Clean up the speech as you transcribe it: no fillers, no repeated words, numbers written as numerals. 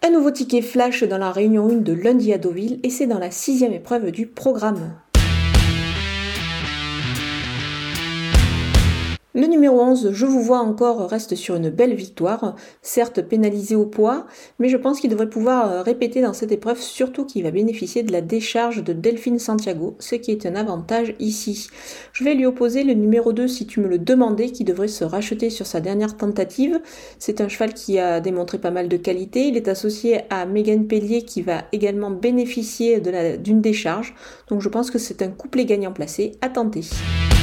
Un nouveau ticket flash dans la réunion 1 de lundi à Deauville et c'est dans la 6e épreuve du programme. Le numéro 11, Je vous vois encore, reste sur une belle victoire, certes pénalisé au poids, mais je pense qu'il devrait pouvoir répéter dans cette épreuve, surtout qu'il va bénéficier de la décharge de Delphine Santiago, ce qui est un avantage ici. Je vais lui opposer le numéro 2 si tu me le demandais, qui devrait se racheter sur sa dernière tentative. C'est un cheval qui a démontré pas mal de qualité, il est associé à Megan Pellier qui va également bénéficier d'une décharge, donc je pense que c'est un couplet gagnant placé à tenter.